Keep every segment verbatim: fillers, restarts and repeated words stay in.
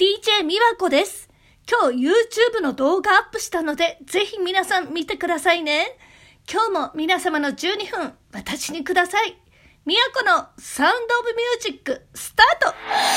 ディージェー みわこです。今日 YouTube の動画アップしたので、ぜひ皆さん見てくださいね。今日も皆様のじゅうにふん、私にください。みわこのサウンドオブミュージック、スタート。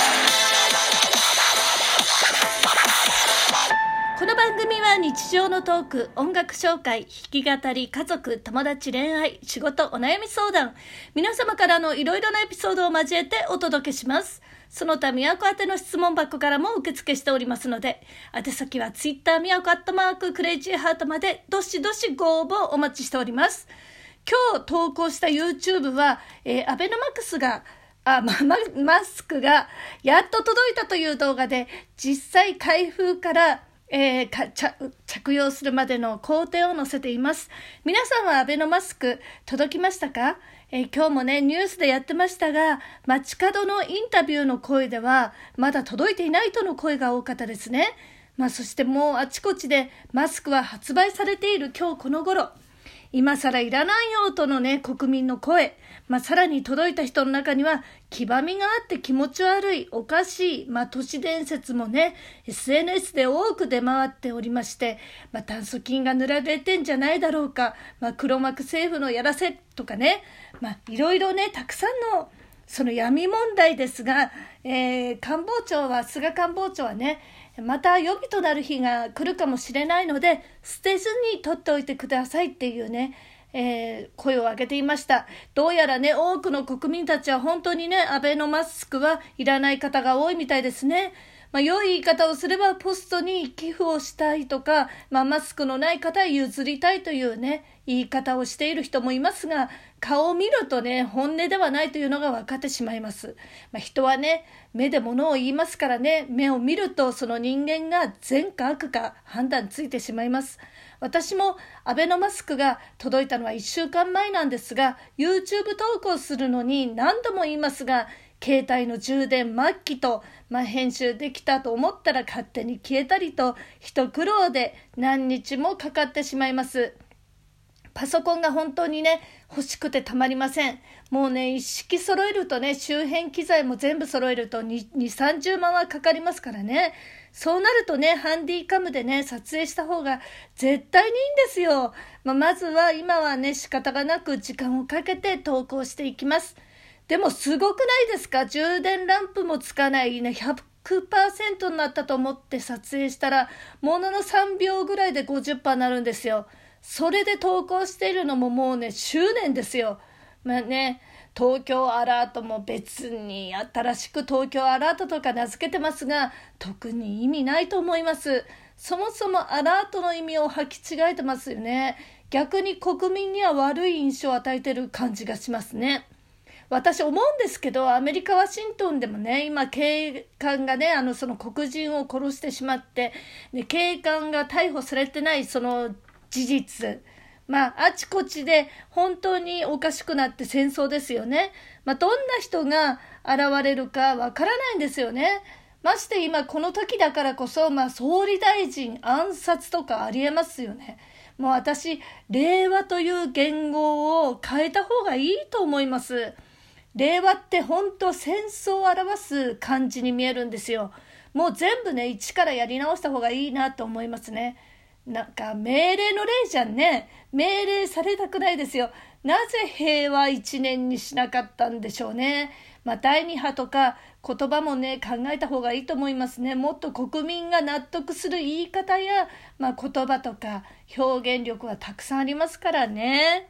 この番組は日常のトーク、音楽紹介、弾き語り、家族、友達、恋愛、仕事、お悩み相談、皆様からのいろいろなエピソードを交えてお届けします。その他、みわこ宛ての質問箱からも受付しておりますので、宛先は Twitter みわこアットマーククレイジーハートまでどしどしご応募お待ちしております。今日投稿した YouTube は、えー、アベノマクスがあ、ま、マ, マスクがやっと届いたという動画で、実際開封からえー、か着用するまでの工程を載せています。皆さんはアベノマスク届きましたか？えー、今日もねニュースでやってましたが、街角のインタビューの声ではまだ届いていないとの声が多かったですね。まあ、そしてもうあちこちでマスクは発売されている今日この頃、今更いらないよとのね国民の声、まあ、さらに届いた人の中には黄ばみがあって気持ち悪い、おかしい、まあ、都市伝説もね エスエヌエス で多く出回っておりまして、まあ、炭疽菌が塗られてんじゃないだろうか、まあ、黒幕政府のやらせとかね、まあ、いろいろねたくさんのその闇問題ですが、えー、官房長は菅官房長はね、また予備となる日が来るかもしれないので捨てずに取っておいてくださいっていうね、えー、声を上げていました。どうやらね多くの国民たちは本当にねアベノマスクはいらない方が多いみたいですね。まあ、良い言い方をすればポストに寄付をしたいとか、まあ、マスクのない方へ譲りたいというね言い方をしている人もいますが、顔を見るとね本音ではないというのが分かってしまいます。まあ、人はね目で物を言いますからね、目を見るとその人間が善か悪か判断ついてしまいます。私もアベノマスクが届いたのはいっしゅうかんまえなんですが、 YouTube 投稿するのに何度も言いますが、携帯の充電末期と、まあ、編集できたと思ったら勝手に消えたりと、一苦労で何日もかかってしまいます。パソコンが本当にね欲しくてたまりません。もうね一式揃えるとね、周辺機材も全部揃えるとにじゅう、さんじゅうまんはかかりますからね。そうなるとねハンディカムでね撮影した方が絶対にいいんですよ。まあ、まずは今はね仕方がなく時間をかけて投稿していきます。でもすごくないですか？充電ランプもつかないね ひゃくパーセント になったと思って撮影したら、もののさんびょうぐらいで ごじゅっパーセント になるんですよ。それで投稿しているのももうね執念ですよ。まあね、東京アラートも別に新しく東京アラートとか名付けてますが、特に意味ないと思います。そもそもアラートの意味を履き違えてますよね。逆に国民には悪い印象を与えている感じがしますね。私思うんですけど、アメリカワシントンでもね今警官がねあのその黒人を殺してしまって、ね、警官が逮捕されてないその事実、まああちこちで本当におかしくなって戦争ですよね。まあ、どんな人が現れるかわからないんですよね。まして今この時だからこそ、まあ、総理大臣暗殺とかありえますよね。もう私令和という言語を変えた方がいいと思います。令和って本当戦争を表す感じに見えるんですよ。もう全部ね一からやり直した方がいいなと思いますね。なんか命令の例じゃんね。命令されたくないですよ。なぜ平和一年にしなかったんでしょうね。まあだいに波とか言葉もね考えた方がいいと思いますね。もっと国民が納得する言い方や、まあ、言葉とか表現力はたくさんありますからね。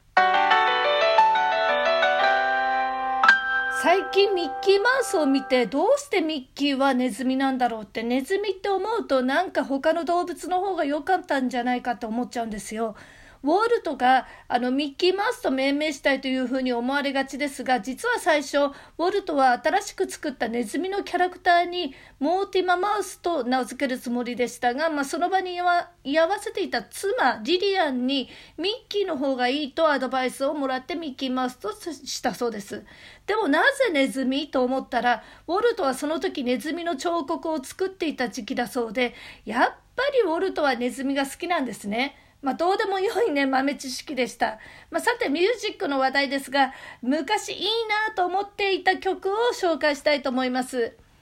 最近ミッキーマウスを見て、どうしてミッキーはネズミなんだろうって、ネズミって思うとなんか他の動物の方が良かったんじゃないかと思っちゃうんですよ。ウォルトがあのミッキーマウスと命名したいというふうに思われがちですが、実は最初ウォルトは新しく作ったネズミのキャラクターにモーティママウスと名付けるつもりでしたが、まあ、その場に居合わせていた妻リリアンにミッキーの方がいいとアドバイスをもらってミッキーマウスとしたそうです。でもなぜネズミと思ったら、ウォルトはその時ネズミの彫刻を作っていた時期だそうで、やっぱりウォルトはネズミが好きなんですね。まあ、どうでもよいね豆知識でした。まあ、さてミュージックの話題ですが、昔いいなと思っていた曲を紹介したいと思います。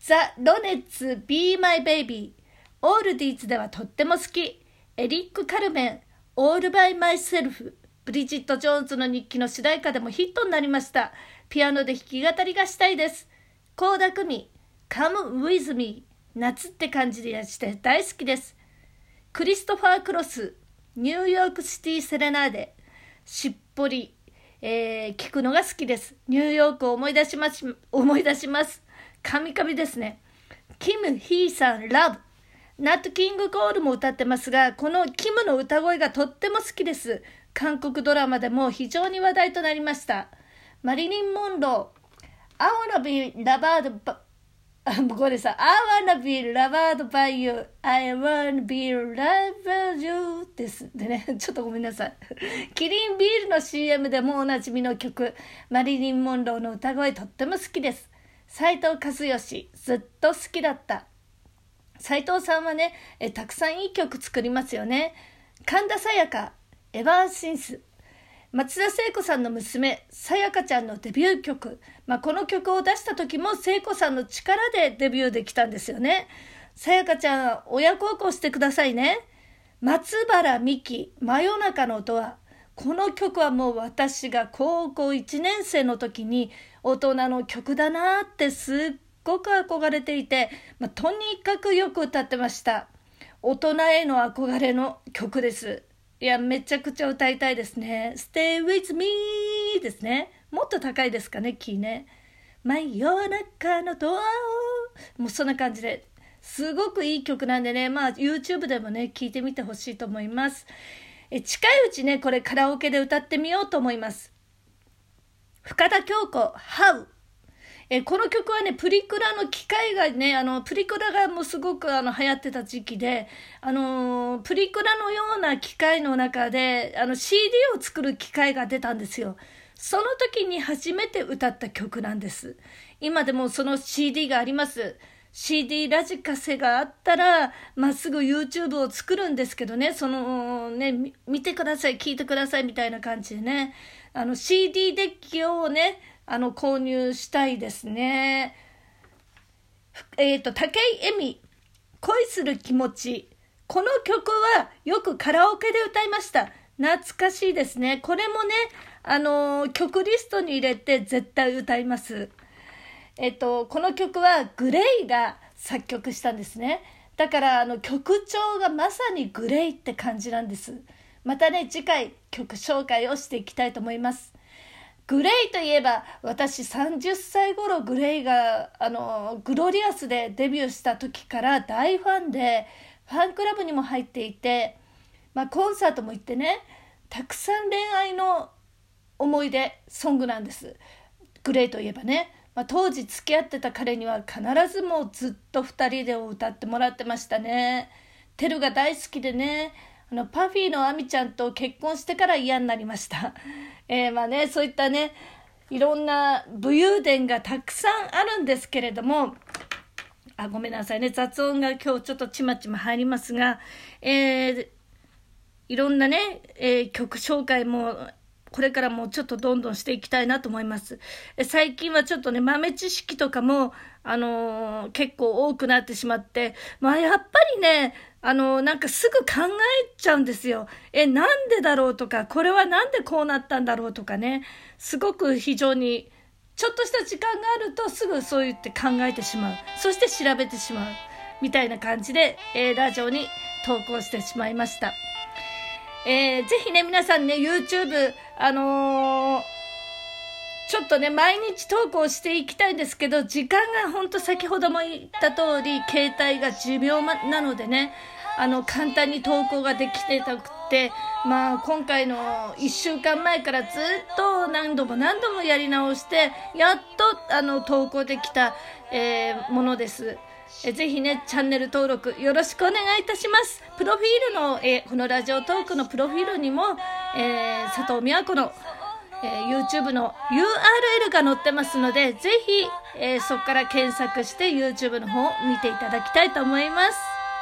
ザ・ロネッツ Be My Baby、オールディーズではとっても好き、エリック・カルメン All by Myself、ブリジット・ジョーンズの日記の主題歌でもヒットになりました。ピアノで弾き語りがしたいです。倖田來未 Come With Me、 夏って感じでして大好きです。クリストファー・クロスニューヨークシティ・セレナーデ、しっぽり、えー、聞くのが好きです。ニューヨークを思い出します思い出します神々ですね。キム・ヒーさん Love、 ナット・キング・コールも歌ってますが、このキムの歌声がとっても好きです。韓国ドラマでも非常に話題となりました。マリリン・モンロー I wanna be loved by これさ I wanna be loved by you I wanna be loved by you ですでね、ちょっとごめんなさい。キリンビールの シーエム でもおなじみの曲、マリリン・モンローの歌声とっても好きです。斉藤和義ずっと好きだった。斉藤さんはねえたくさんいい曲作りますよね。神田沙也加エバーシンス、松田聖子さんの娘沙也加ちゃんのデビュー曲、まあ、この曲を出した時も聖子さんの力でデビューできたんですよね。沙也加ちゃん親孝行してくださいね。松原美樹真夜中のドア、この曲はもう私が高校いちねん生の時に大人の曲だなってすっごく憧れていて、まあ、とにかくよく歌ってました。大人への憧れの曲です。いやめちゃくちゃ歌いたいですね。 Stay with me ですね。もっと高いですかね、キーね。真夜中のドアを、もうそんな感じですごくいい曲なんでね、まあ YouTube でもね聴いてみてほしいと思います。え近いうちねこれカラオケで歌ってみようと思います。深田恭子 How、えこの曲はねプリクラの機械がね、あのプリクラがもうすごくあの流行ってた時期で、あのプリクラのような機械の中であの シーディー を作る機械が出たんですよ。その時に初めて歌った曲なんです。今でもその シーディー があります。シーディー ラジカセがあったらまっすぐ YouTube を作るんですけどね、そのね見てください聞いてくださいみたいな感じでね、あの シーディー デッキをねあの購入したいですね。えっと武井絵美恋する気持ち、この曲はよくカラオケで歌いました。懐かしいですね。これもねあの曲リストに入れて絶対歌います。えっとこの曲はグレイが作曲したんですね。だからあの曲調がまさにグレイって感じなんです。またね次回曲紹介をしていきたいと思います。グレイといえば私さんじゅっさい頃グレイがあのグロリアスでデビューした時から大ファンでファンクラブにも入っていて、まあ、コンサートも行ってねたくさん恋愛の思い出ソングなんです。グレイといえばね、まあ、当時付き合ってた彼には必ずもうずっとふたりで歌ってもらってましたね。テルが大好きでね、あのパフィーのアミちゃんと結婚してから嫌になりました。えー、まあねそういったねいろんな武勇伝がたくさんあるんですけれども、あごめんなさいね雑音が今日ちょっとちまちま入りますが、えー、いろんなね、えー、曲紹介もこれからもちょっとどんどんしていきたいなと思います。え最近はちょっとね豆知識とかも、あのー、結構多くなってしまって、まあ、やっぱりねあのー、なんかすぐ考えちゃうんですよ。えなんでだろうとかこれはなんでこうなったんだろうとかね、すごく非常にちょっとした時間があるとすぐそう言って考えてしまう、そして調べてしまうみたいな感じで、えー、ラジオに投稿してしまいました。えー、ぜひね皆さんね YouTube あのー、ちょっとね毎日投稿していきたいんですけど、時間がほんと先ほども言った通り携帯が寿命なのでね、あの簡単に投稿ができてなくて、まあ今回のいっしゅうかんまえからずっと何度も何度もやり直してやっとあの投稿できた、えー、ものです。えぜひねチャンネル登録よろしくお願いいたします。プロフィールの、えー、このラジオトークのプロフィールにも、えー、佐藤美和子の、えー、YouTube の ユーアールエル が載ってますので、ぜひ、えー、そこから検索して YouTube の方を見ていただきたいと思います。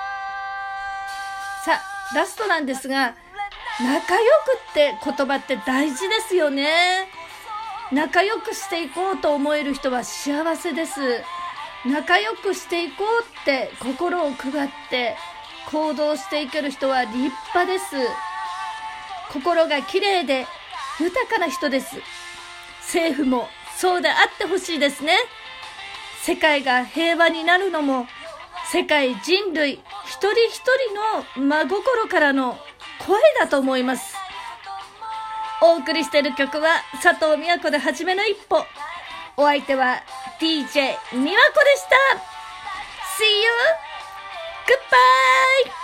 さあラストなんですが、仲良くって言葉って大事ですよね。仲良くしていこうと思える人は幸せです。 仲良くしていこうって心を配って行動していける人は立派です。心が綺麗で豊かな人です。政府もそうであってほしいですね。世界が平和になるのも世界人類一人一人の真心からの声だと思います。お送りしている曲は佐藤美和子ではじめの一歩。お相手は ディージェー 美和子でした。 See you! Goodbye!